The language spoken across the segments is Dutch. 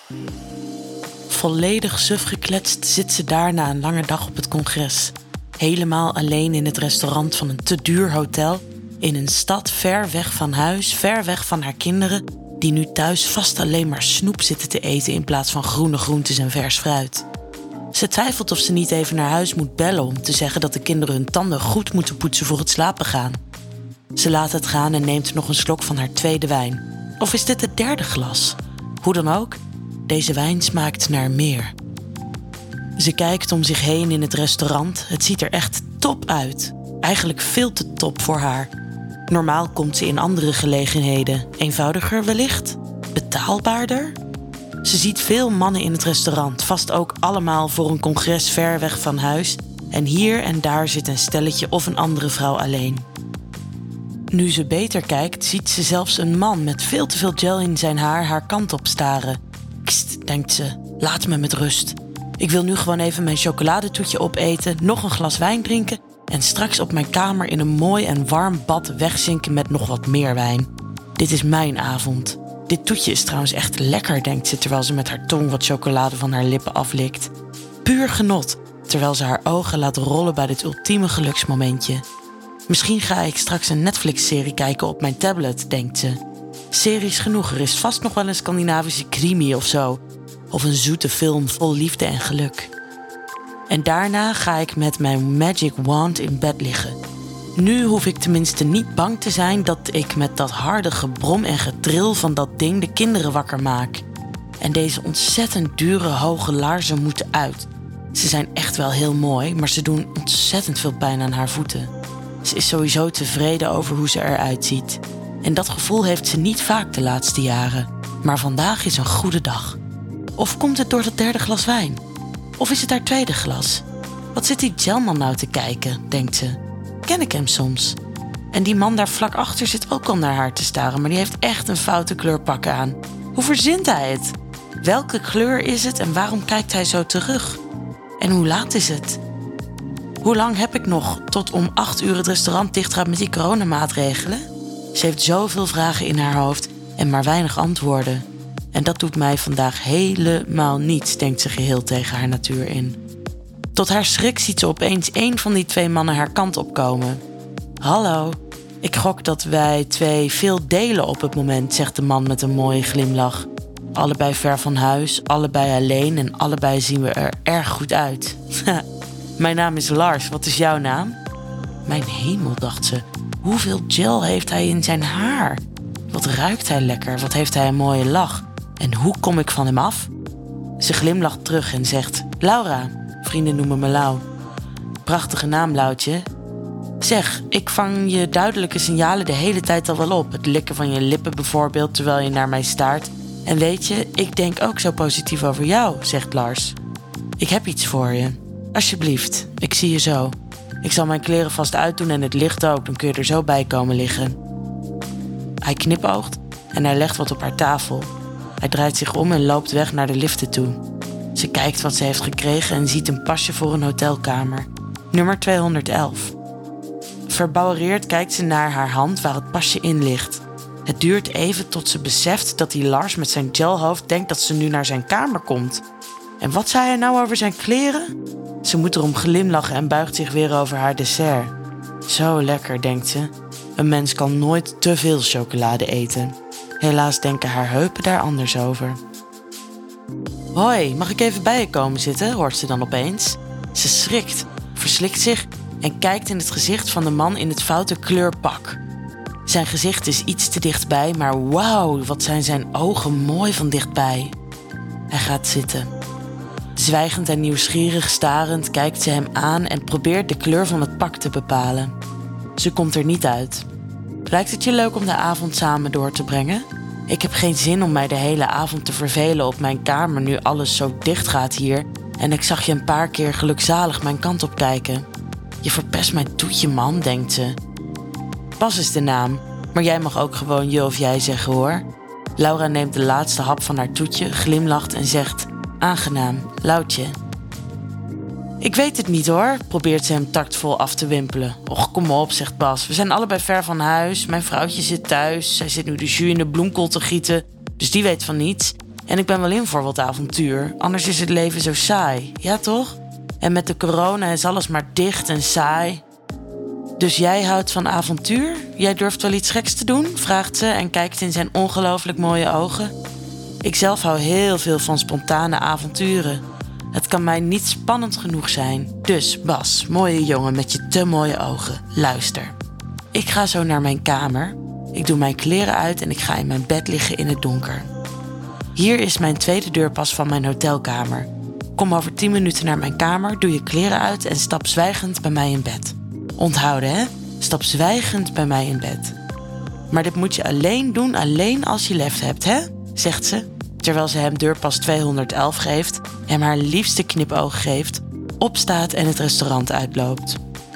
Volledig suf gekletst zit ze daar na een lange dag op het congres. Helemaal alleen in het restaurant van een te duur hotel, in een stad ver weg van huis, ver weg van haar kinderen, die nu thuis vast alleen maar snoep zitten te eten in plaats van groene groentes en vers fruit. Ze twijfelt of ze niet even naar huis moet bellen om te zeggen dat de kinderen hun tanden goed moeten poetsen voor het slapen gaan. Ze laat het gaan en neemt nog een slok van haar tweede wijn. Of is dit het derde glas? Hoe dan ook, deze wijn smaakt naar meer. Ze kijkt om zich heen in het restaurant. Het ziet er echt top uit. Eigenlijk veel te top voor haar. Normaal komt ze in andere gelegenheden. Eenvoudiger wellicht? Betaalbaarder? Ze ziet veel mannen in het restaurant. Vast ook allemaal voor een congres ver weg van huis. En hier en daar zit een stelletje of een andere vrouw alleen. Nu ze beter kijkt, ziet ze zelfs een man met veel te veel gel in zijn haar kant op staren. Kst, denkt ze, laat me met rust. Ik wil nu gewoon even mijn chocoladetoetje opeten, nog een glas wijn drinken en straks op mijn kamer in een mooi en warm bad wegzinken met nog wat meer wijn. Dit is mijn avond. Dit toetje is trouwens echt lekker, denkt ze terwijl ze met haar tong wat chocolade van haar lippen aflikt. Puur genot, terwijl ze haar ogen laat rollen bij dit ultieme geluksmomentje. Misschien ga ik straks een Netflix-serie kijken op mijn tablet, denkt ze. Series genoeg, er is vast nog wel een Scandinavische crimi of zo. Of een zoete film vol liefde en geluk. En daarna ga ik met mijn magic wand in bed liggen. Nu hoef ik tenminste niet bang te zijn dat ik met dat harde gebrom en getril van dat ding de kinderen wakker maak. En deze ontzettend dure hoge laarzen moeten uit. Ze zijn echt wel heel mooi, maar ze doen ontzettend veel pijn aan haar voeten. Ze is sowieso tevreden over hoe ze eruit ziet. En dat gevoel heeft ze niet vaak de laatste jaren. Maar vandaag is een goede dag. Of komt het door dat derde glas wijn? Of is het haar tweede glas? Wat zit die gelman nou te kijken, denkt ze. Ken ik hem soms? En die man daar vlak achter zit ook al naar haar te staren, maar die heeft echt een foute kleurpak aan. Hoe verzint hij het? Welke kleur is het en waarom kijkt hij zo terug? En hoe laat is het? Hoe lang heb ik nog tot om 8 uur het restaurant dicht gaat met die coronamaatregelen? Ze heeft zoveel vragen in haar hoofd en maar weinig antwoorden. En dat doet mij vandaag helemaal niets, denkt ze geheel tegen haar natuur in. Tot haar schrik ziet ze opeens één van die 2 mannen haar kant opkomen. Hallo, ik gok dat wij 2 veel delen op het moment, zegt de man met een mooie glimlach. Allebei ver van huis, allebei alleen en allebei zien we er erg goed uit. Mijn naam is Lars, wat is jouw naam? Mijn hemel, dacht ze. Hoeveel gel heeft hij in zijn haar? Wat ruikt hij lekker, wat heeft hij een mooie lach. En hoe kom ik van hem af? Ze glimlacht terug en zegt, Laura, vrienden noemen me Lau. Prachtige naam, Lautje. Zeg, ik vang je duidelijke signalen de hele tijd al wel op. Het likken van je lippen bijvoorbeeld, terwijl je naar mij staart. En weet je, ik denk ook zo positief over jou, zegt Lars. Ik heb iets voor je. Alsjeblieft, ik zie je zo. Ik zal mijn kleren vast uitdoen en het licht ook, dan kun je er zo bij komen liggen. Hij knipoogt en hij legt wat op haar tafel. Hij draait zich om en loopt weg naar de liften toe. Ze kijkt wat ze heeft gekregen en ziet een pasje voor een hotelkamer. Nummer 211. Verbouwereerd kijkt ze naar haar hand waar het pasje in ligt. Het duurt even tot ze beseft dat die Lars met zijn gelhoofd denkt dat ze nu naar zijn kamer komt. En wat zei hij nou over zijn kleren? Ze moet erom glimlachen en buigt zich weer over haar dessert. Zo lekker, denkt ze. Een mens kan nooit te veel chocolade eten. Helaas denken haar heupen daar anders over. Hoi, mag ik even bij je komen zitten, hoort ze dan opeens. Ze schrikt, verslikt zich en kijkt in het gezicht van de man in het foute kleurpak. Zijn gezicht is iets te dichtbij, maar wauw, wat zijn zijn ogen mooi van dichtbij. Hij gaat zitten. Zwijgend en nieuwsgierig starend kijkt ze hem aan en probeert de kleur van het pak te bepalen. Ze komt er niet uit. Lijkt het je leuk om de avond samen door te brengen? Ik heb geen zin om mij de hele avond te vervelen op mijn kamer nu alles zo dicht gaat hier en ik zag je een paar keer gelukzalig mijn kant op kijken. Je verpest mijn toetje, man, denkt ze. Bas is de naam, maar jij mag ook gewoon je of jij zeggen, hoor. Laura neemt de laatste hap van haar toetje, glimlacht en zegt, aangenaam, Loutje. Ik weet het niet, hoor, probeert ze hem tactvol af te wimpelen. Och, kom op, zegt Bas. We zijn allebei ver van huis. Mijn vrouwtje zit thuis. Zij zit nu de jus in de bloemkool te gieten. Dus die weet van niets. En ik ben wel in voor wat avontuur, anders is het leven zo saai, ja toch? En met de corona is alles maar dicht en saai. Dus jij houdt van avontuur? Jij durft wel iets geks te doen? Vraagt ze en kijkt in zijn ongelooflijk mooie ogen. Ik zelf hou heel veel van spontane avonturen. Het kan mij niet spannend genoeg zijn. Dus Bas, mooie jongen met je te mooie ogen, luister. Ik ga zo naar mijn kamer. Ik doe mijn kleren uit en ik ga in mijn bed liggen in het donker. Hier is mijn tweede deurpas van mijn hotelkamer. Kom over 10 minuten naar mijn kamer, doe je kleren uit en stap zwijgend bij mij in bed. Onthouden, hè? Stap zwijgend bij mij in bed. Maar dit moet je alleen doen, alleen als je lef hebt, hè? Zegt ze, terwijl ze hem deurpas 211 geeft, hem haar liefste knipoog geeft, opstaat en het restaurant uitloopt.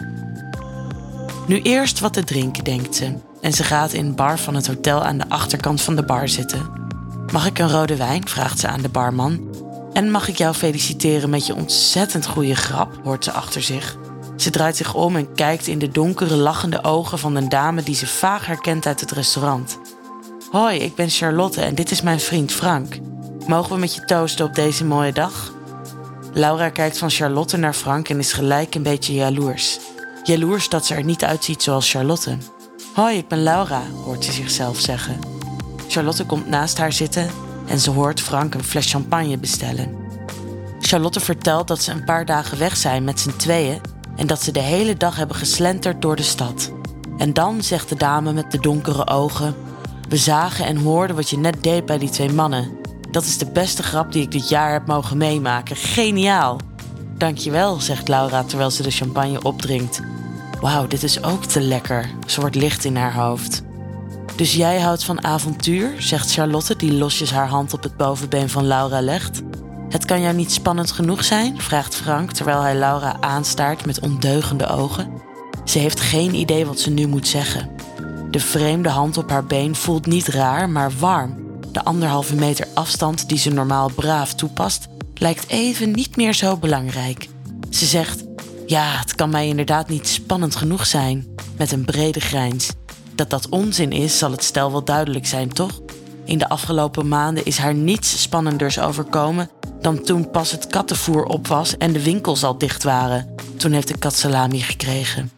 Nu eerst wat te drinken, denkt ze. En ze gaat in de bar van het hotel aan de achterkant van de bar zitten. Mag ik een rode wijn? Vraagt ze aan de barman. En mag ik jou feliciteren met je ontzettend goede grap? Hoort ze achter zich. Ze draait zich om en kijkt in de donkere, lachende ogen van een dame die ze vaag herkent uit het restaurant. Hoi, ik ben Charlotte en dit is mijn vriend Frank. Mogen we met je toosten op deze mooie dag? Laura kijkt van Charlotte naar Frank en is gelijk een beetje jaloers. Jaloers dat ze er niet uitziet zoals Charlotte. Hoi, ik ben Laura, hoort ze zichzelf zeggen. Charlotte komt naast haar zitten en ze hoort Frank een fles champagne bestellen. Charlotte vertelt dat ze een paar dagen weg zijn met z'n tweeën en dat ze de hele dag hebben geslenterd door de stad. En dan zegt de dame met de donkere ogen: we zagen en hoorden wat je net deed bij die 2 mannen. Dat is de beste grap die ik dit jaar heb mogen meemaken. Geniaal! Dankjewel, zegt Laura terwijl ze de champagne opdrinkt. Wauw, dit is ook te lekker. Ze wordt licht in haar hoofd. Dus jij houdt van avontuur, zegt Charlotte die losjes haar hand op het bovenbeen van Laura legt. Het kan jou niet spannend genoeg zijn, vraagt Frank terwijl hij Laura aanstaart met ondeugende ogen. Ze heeft geen idee wat ze nu moet zeggen. De vreemde hand op haar been voelt niet raar, maar warm. De 1,5 meter afstand die ze normaal braaf toepast, lijkt even niet meer zo belangrijk. Ze zegt: ja, het kan mij inderdaad niet spannend genoeg zijn, met een brede grijns. Dat dat onzin is, zal het stel wel duidelijk zijn, toch? In de afgelopen maanden is haar niets spannenders overkomen dan toen pas het kattenvoer op was en de winkels al dicht waren. Toen heeft de kat salami gekregen.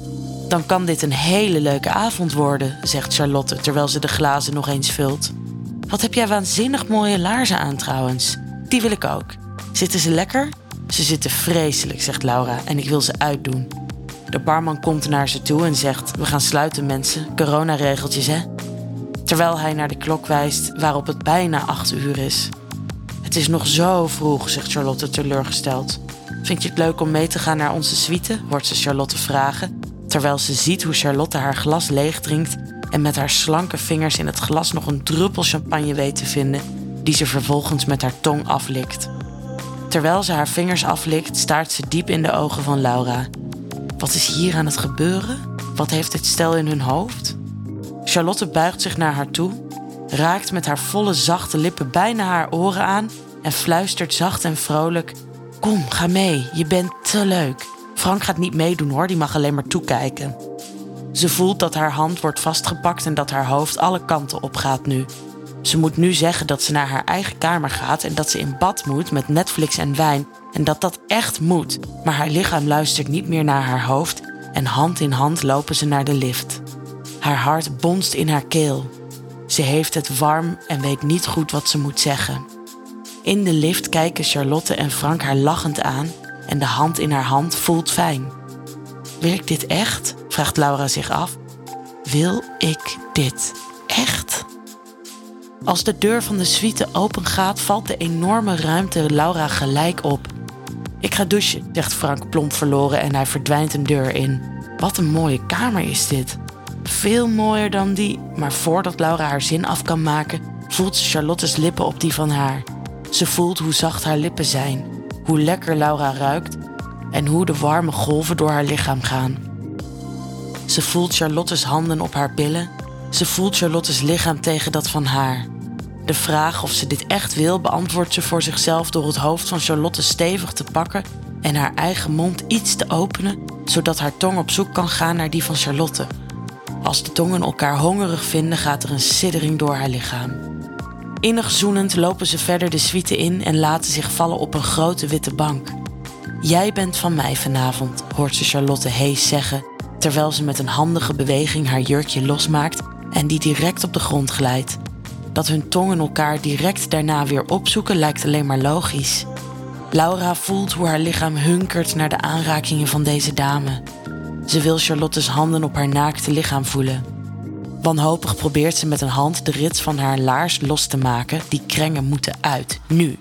Dan kan dit een hele leuke avond worden, zegt Charlotte terwijl ze de glazen nog eens vult. Wat heb jij waanzinnig mooie laarzen aan trouwens. Die wil ik ook. Zitten ze lekker? Ze zitten vreselijk, zegt Laura, en ik wil ze uitdoen. De barman komt naar ze toe en zegt: we gaan sluiten mensen, coronaregeltjes hè. Terwijl hij naar de klok wijst waarop het bijna 8 uur is. Het is nog zo vroeg, zegt Charlotte teleurgesteld. Vind je het leuk om mee te gaan naar onze suite? Hoort ze Charlotte vragen, terwijl ze ziet hoe Charlotte haar glas leegdrinkt en met haar slanke vingers in het glas nog een druppel champagne weet te vinden, die ze vervolgens met haar tong aflikt. Terwijl ze haar vingers aflikt, staart ze diep in de ogen van Laura. Wat is hier aan het gebeuren? Wat heeft dit stel in hun hoofd? Charlotte buigt zich naar haar toe, raakt met haar volle zachte lippen bijna haar oren aan en fluistert zacht en vrolijk: kom, ga mee, je bent te leuk. Frank gaat niet meedoen hoor, die mag alleen maar toekijken. Ze voelt dat haar hand wordt vastgepakt en dat haar hoofd alle kanten opgaat nu. Ze moet nu zeggen dat ze naar haar eigen kamer gaat en dat ze in bad moet met Netflix en wijn en dat dat echt moet. Maar haar lichaam luistert niet meer naar haar hoofd en hand in hand lopen ze naar de lift. Haar hart bonst in haar keel. Ze heeft het warm en weet niet goed wat ze moet zeggen. In de lift kijken Charlotte en Frank haar lachend aan en de hand in haar hand voelt fijn. Wil ik dit echt? Vraagt Laura zich af. Wil ik dit echt? Als de deur van de suite opengaat, valt de enorme ruimte Laura gelijk op. Ik ga douchen, zegt Frank plomp verloren en hij verdwijnt een deur in. Wat een mooie kamer is dit. Veel mooier dan die, maar voordat Laura haar zin af kan maken, voelt ze Charlotte's lippen op die van haar. Ze voelt hoe zacht haar lippen zijn, hoe lekker Laura ruikt en hoe de warme golven door haar lichaam gaan. Ze voelt Charlotte's handen op haar billen. Ze voelt Charlotte's lichaam tegen dat van haar. De vraag of ze dit echt wil beantwoordt ze voor zichzelf door het hoofd van Charlotte stevig te pakken en haar eigen mond iets te openen, zodat haar tong op zoek kan gaan naar die van Charlotte. Als de tongen elkaar hongerig vinden, gaat er een siddering door haar lichaam. Innig zoenend lopen ze verder de suite in en laten zich vallen op een grote witte bank. Jij bent van mij vanavond, hoort ze Charlotte hees zeggen, terwijl ze met een handige beweging haar jurkje losmaakt en die direct op de grond glijdt. Dat hun tongen elkaar direct daarna weer opzoeken lijkt alleen maar logisch. Laura voelt hoe haar lichaam hunkert naar de aanrakingen van deze dame. Ze wil Charlotte's handen op haar naakte lichaam voelen. Wanhopig probeert ze met een hand de rits van haar laars los te maken. Die krengen moeten uit, nu.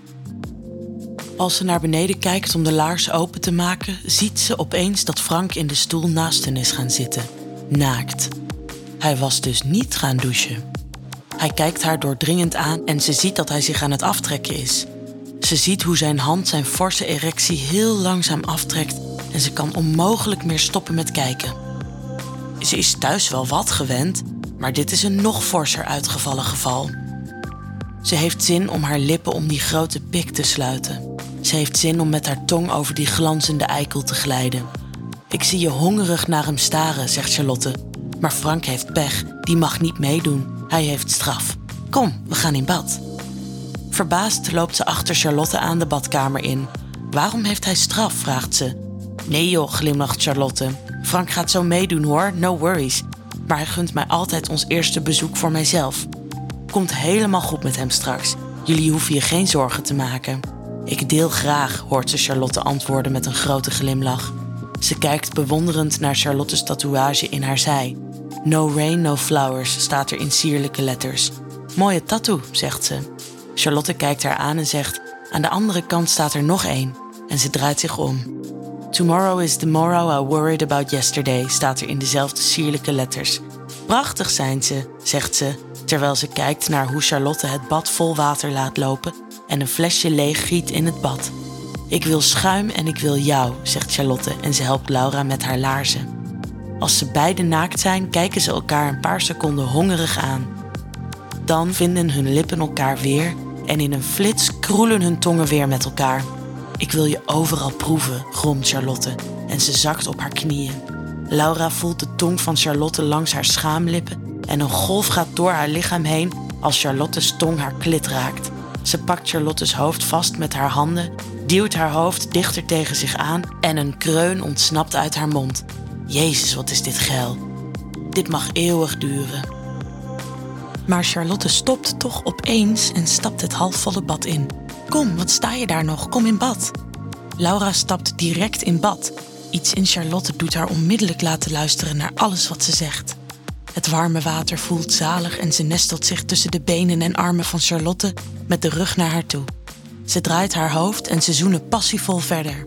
Als ze naar beneden kijkt om de laars open te maken, ziet ze opeens dat Frank in de stoel naast hen is gaan zitten. Naakt. Hij was dus niet gaan douchen. Hij kijkt haar doordringend aan en ze ziet dat hij zich aan het aftrekken is. Ze ziet hoe zijn hand zijn forse erectie heel langzaam aftrekt en ze kan onmogelijk meer stoppen met kijken. Ze is thuis wel wat gewend, maar dit is een nog forser uitgevallen geval. Ze heeft zin om haar lippen om die grote pik te sluiten. Ze heeft zin om met haar tong over die glanzende eikel te glijden. Ik zie je hongerig naar hem staren, zegt Charlotte. Maar Frank heeft pech, die mag niet meedoen. Hij heeft straf. Kom, we gaan in bad. Verbaasd loopt ze achter Charlotte aan de badkamer in. Waarom heeft hij straf, vraagt ze. Nee joh, glimlacht Charlotte. Frank gaat zo meedoen hoor, no worries. Maar hij gunt mij altijd ons eerste bezoek voor mijzelf. Komt helemaal goed met hem straks. Jullie hoeven je geen zorgen te maken. Ik deel graag, hoort ze Charlotte antwoorden met een grote glimlach. Ze kijkt bewonderend naar Charlotte's tatoeage in haar zij. No rain, no flowers, staat er in sierlijke letters. Mooie tattoo, zegt ze. Charlotte kijkt haar aan en zegt, aan de andere kant staat er nog één. En ze draait zich om. Tomorrow is the morrow I worried about yesterday, staat er in dezelfde sierlijke letters. Prachtig zijn ze, zegt ze, terwijl ze kijkt naar hoe Charlotte het bad vol water laat lopen en een flesje leeg giet in het bad. Ik wil schuim en ik wil jou, zegt Charlotte en ze helpt Laura met haar laarzen. Als ze beiden naakt zijn, kijken ze elkaar een paar seconden hongerig aan. Dan vinden hun lippen elkaar weer en in een flits kroelen hun tongen weer met elkaar. Ik wil je overal proeven, gromt Charlotte en ze zakt op haar knieën. Laura voelt de tong van Charlotte langs haar schaamlippen en een golf gaat door haar lichaam heen als Charlotte's tong haar klit raakt. Ze pakt Charlotte's hoofd vast met haar handen, duwt haar hoofd dichter tegen zich aan en een kreun ontsnapt uit haar mond. Jezus, wat is dit geil. Dit mag eeuwig duren. Maar Charlotte stopt toch opeens en stapt het halfvolle bad in. Kom, wat sta je daar nog? Kom in bad. Laura stapt direct in bad. Iets in Charlotte doet haar onmiddellijk laten luisteren naar alles wat ze zegt. Het warme water voelt zalig en ze nestelt zich tussen de benen en armen van Charlotte met de rug naar haar toe. Ze draait haar hoofd en ze zoenen passievol verder.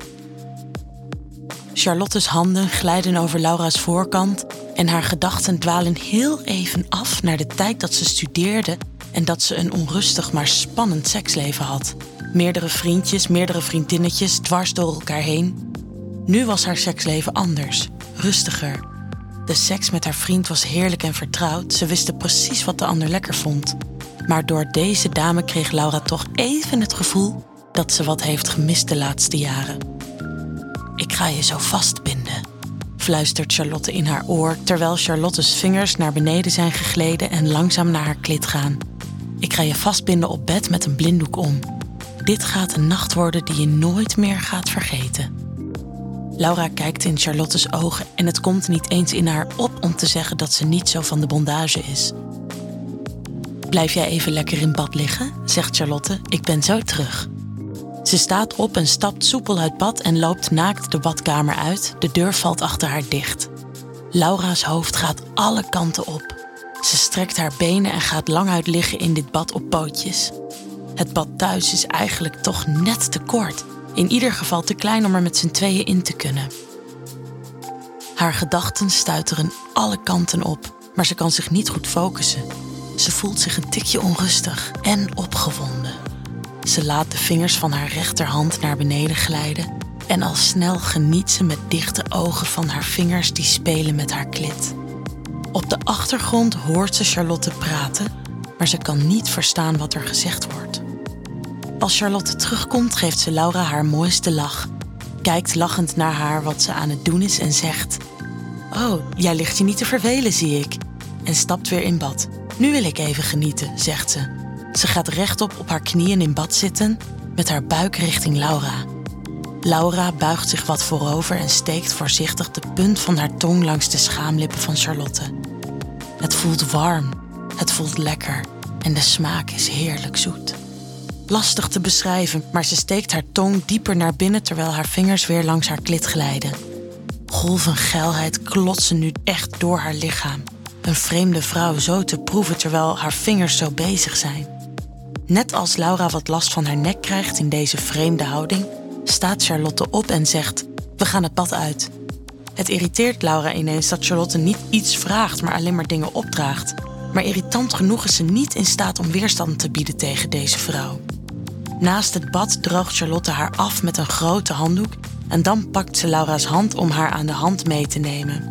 Charlotte's handen glijden over Laura's voorkant en haar gedachten dwalen heel even af naar de tijd dat ze studeerde en dat ze een onrustig maar spannend seksleven had. Meerdere vriendjes, meerdere vriendinnetjes dwars door elkaar heen. Nu was haar seksleven anders, rustiger. De seks met haar vriend was heerlijk en vertrouwd. Ze wisten precies wat de ander lekker vond. Maar door deze dame kreeg Laura toch even het gevoel dat ze wat heeft gemist de laatste jaren. Ik ga je zo vastbinden, fluistert Charlotte in haar oor, terwijl Charlotte's vingers naar beneden zijn gegleden en langzaam naar haar klit gaan. Ik ga je vastbinden op bed met een blinddoek om. Dit gaat een nacht worden die je nooit meer gaat vergeten. Laura kijkt in Charlotte's ogen en het komt niet eens in haar op om te zeggen dat ze niet zo van de bondage is. Blijf jij even lekker in bad liggen, zegt Charlotte, ik ben zo terug. Ze staat op en stapt soepel uit bad en loopt naakt de badkamer uit. De deur valt achter haar dicht. Laura's hoofd gaat alle kanten op. Ze strekt haar benen en gaat lang uit liggen in dit bad op pootjes. Het bad thuis is eigenlijk toch net te kort. In ieder geval te klein om er met z'n tweeën in te kunnen. Haar gedachten stuiteren alle kanten op, maar ze kan zich niet goed focussen. Ze voelt zich een tikje onrustig en opgewonden. Ze laat de vingers van haar rechterhand naar beneden glijden en al snel geniet ze met dichte ogen van haar vingers die spelen met haar klit. Op de achtergrond hoort ze Charlotte praten, maar ze kan niet verstaan wat er gezegd wordt. Als Charlotte terugkomt, geeft ze Laura haar mooiste lach, kijkt lachend naar haar wat ze aan het doen is en zegt: Oh, jij ligt je niet te vervelen, zie ik. En stapt weer in bad. Nu wil ik even genieten, zegt ze. Ze gaat rechtop op haar knieën in bad zitten, met haar buik richting Laura. Laura buigt zich wat voorover en steekt voorzichtig de punt van haar tong langs de schaamlippen van Charlotte. Het voelt warm, het voelt lekker en de smaak is heerlijk zoet. Lastig te beschrijven, maar ze steekt haar tong dieper naar binnen terwijl haar vingers weer langs haar klit glijden. Golven geilheid klotsen nu echt door haar lichaam. Een vreemde vrouw zo te proeven terwijl haar vingers zo bezig zijn. Net als Laura wat last van haar nek krijgt in deze vreemde houding, staat Charlotte op en zegt: we gaan het bad uit. Het irriteert Laura ineens dat Charlotte niet iets vraagt, maar alleen maar dingen opdraagt. Maar irritant genoeg is ze niet in staat om weerstand te bieden tegen deze vrouw. Naast het bad droogt Charlotte haar af met een grote handdoek en dan pakt ze Laura's hand om haar aan de hand mee te nemen.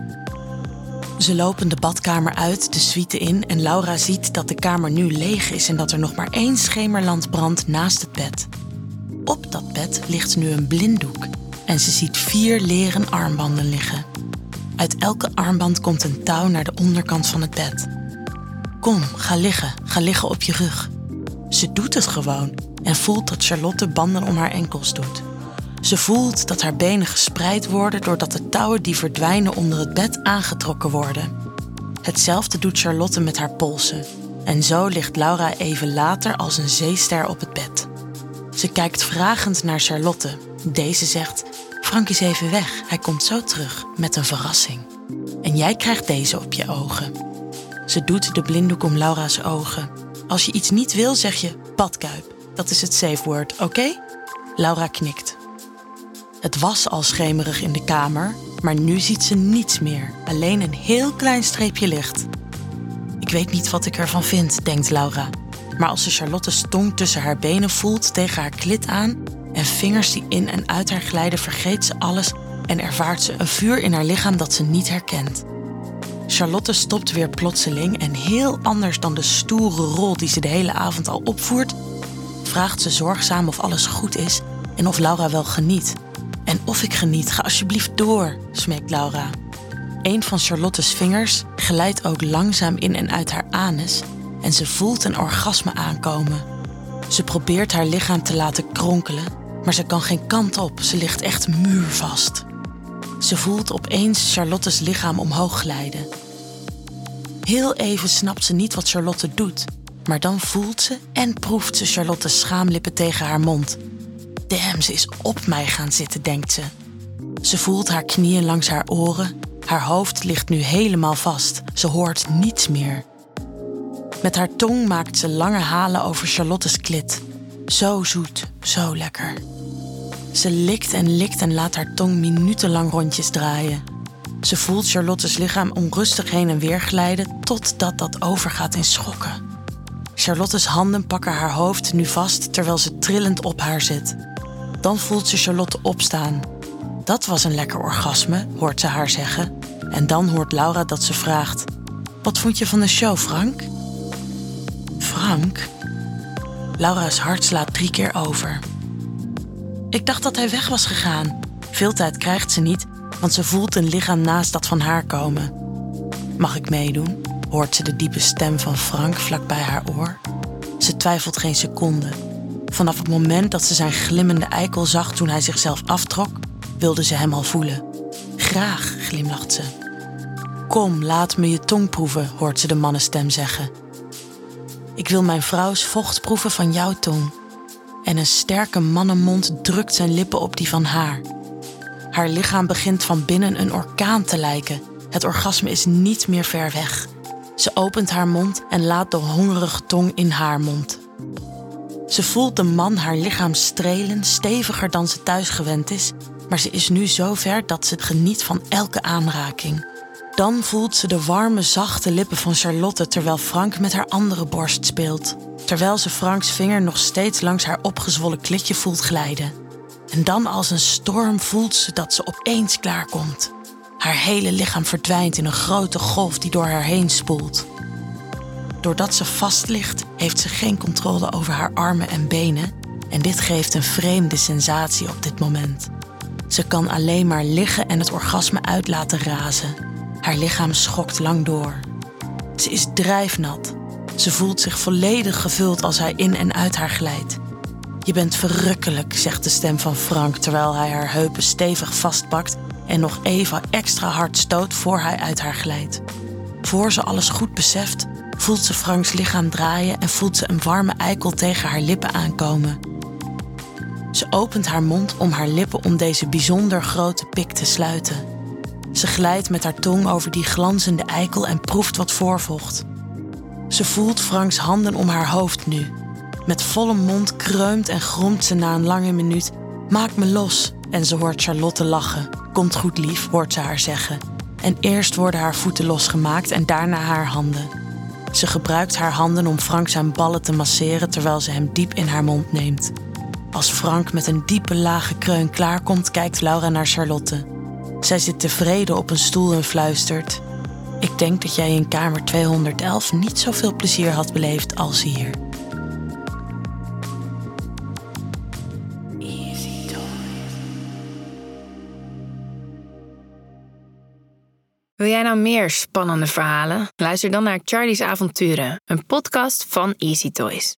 Ze lopen de badkamer uit, de suite in en Laura ziet dat de kamer nu leeg is en dat er nog maar 1 schemerlamp brandt naast het bed. Op dat bed ligt nu een blinddoek en ze ziet 4 leren armbanden liggen. Uit elke armband komt een touw naar de onderkant van het bed. Kom, ga liggen op je rug. Ze doet het gewoon en voelt dat Charlotte banden om haar enkels doet. Ze voelt dat haar benen gespreid worden doordat de touwen die verdwijnen onder het bed aangetrokken worden. Hetzelfde doet Charlotte met haar polsen. En zo ligt Laura even later als een zeester op het bed. Ze kijkt vragend naar Charlotte. Deze zegt: Frank is even weg, hij komt zo terug met een verrassing. En jij krijgt deze op je ogen. Ze doet de blinddoek om Laura's ogen. Als je iets niet wil, zeg je badkuip. Dat is het safe word, oké? Laura knikt. Het was al schemerig in de kamer, maar nu ziet ze niets meer. Alleen een heel klein streepje licht. Ik weet niet wat ik ervan vind, denkt Laura. Maar als ze Charlotte's tong tussen haar benen voelt tegen haar klit aan en vingers die in en uit haar glijden, vergeet ze alles en ervaart ze een vuur in haar lichaam dat ze niet herkent. Charlotte stopt weer plotseling en heel anders dan de stoere rol die ze de hele avond al opvoert, vraagt ze zorgzaam of alles goed is en of Laura wel geniet. En of ik geniet, ga alsjeblieft door, smeekt Laura. Een van Charlotte's vingers glijdt ook langzaam in en uit haar anus en ze voelt een orgasme aankomen. Ze probeert haar lichaam te laten kronkelen, maar ze kan geen kant op, ze ligt echt muurvast. Ze voelt opeens Charlotte's lichaam omhoog glijden. Heel even snapt ze niet wat Charlotte doet, maar dan voelt ze en proeft ze Charlotte's schaamlippen tegen haar mond. Damn, ze is op mij gaan zitten, denkt ze. Ze voelt haar knieën langs haar oren. Haar hoofd ligt nu helemaal vast. Ze hoort niets meer. Met haar tong maakt ze lange halen over Charlotte's klit. Zo zoet, zo lekker. Ze likt en laat haar tong minutenlang rondjes draaien. Ze voelt Charlotte's lichaam onrustig heen en weer glijden totdat dat overgaat in schokken. Charlotte's handen pakken haar hoofd nu vast terwijl ze trillend op haar zit. Dan voelt ze Charlotte opstaan. Dat was een lekker orgasme, hoort ze haar zeggen. En dan hoort Laura dat ze vraagt: wat vond je van de show, Frank? Frank? Laura's hart slaat 3 keer over. Ik dacht dat hij weg was gegaan. Veel tijd krijgt ze niet, want ze voelt een lichaam naast dat van haar komen. Mag ik meedoen? Hoort ze de diepe stem van Frank vlak bij haar oor. Ze twijfelt geen seconde. Vanaf het moment dat ze zijn glimmende eikel zag toen hij zichzelf aftrok, wilde ze hem al voelen. Graag, glimlacht ze. Kom, laat me je tong proeven, hoort ze de mannenstem zeggen. Ik wil mijn vrouws vocht proeven van jouw tong. En een sterke mannenmond drukt zijn lippen op die van haar. Haar lichaam begint van binnen een orkaan te lijken. Het orgasme is niet meer ver weg. Ze opent haar mond en laat de hongerige tong in haar mond. Ze voelt de man haar lichaam strelen, steviger dan ze thuis gewend is, maar ze is nu zo ver dat ze geniet van elke aanraking. Dan voelt ze de warme, zachte lippen van Charlotte terwijl Frank met haar andere borst speelt. Terwijl ze Franks vinger nog steeds langs haar opgezwollen klitje voelt glijden. En dan als een storm voelt ze dat ze opeens klaarkomt. Haar hele lichaam verdwijnt in een grote golf die door haar heen spoelt. Doordat ze vast ligt, heeft ze geen controle over haar armen en benen en dit geeft een vreemde sensatie op dit moment. Ze kan alleen maar liggen en het orgasme uit laten razen. Haar lichaam schokt lang door. Ze is drijfnat. Ze voelt zich volledig gevuld als hij in en uit haar glijdt. Je bent verrukkelijk, zegt de stem van Frank terwijl hij haar heupen stevig vastpakt en nog even extra hard stoot voor hij uit haar glijdt. Voor ze alles goed beseft, voelt ze Franks lichaam draaien en voelt ze een warme eikel tegen haar lippen aankomen. Ze opent haar mond om haar lippen om deze bijzonder grote pik te sluiten. Ze glijdt met haar tong over die glanzende eikel en proeft wat voorvocht. Ze voelt Franks handen om haar hoofd nu. Met volle mond kreumt en gromt ze na een lange minuut: "Maak me los." En ze hoort Charlotte lachen. "Komt goed, lief," hoort ze haar zeggen. En eerst worden haar voeten losgemaakt en daarna haar handen. Ze gebruikt haar handen om Frank zijn ballen te masseren terwijl ze hem diep in haar mond neemt. Als Frank met een diepe lage kreun klaarkomt, kijkt Laura naar Charlotte. Zij zit tevreden op een stoel en fluistert: "Ik denk dat jij in kamer 211 niet zoveel plezier had beleefd als hier." Wil jij nou meer spannende verhalen? Luister dan naar Charlie's Avonturen, een podcast van Easy Toys.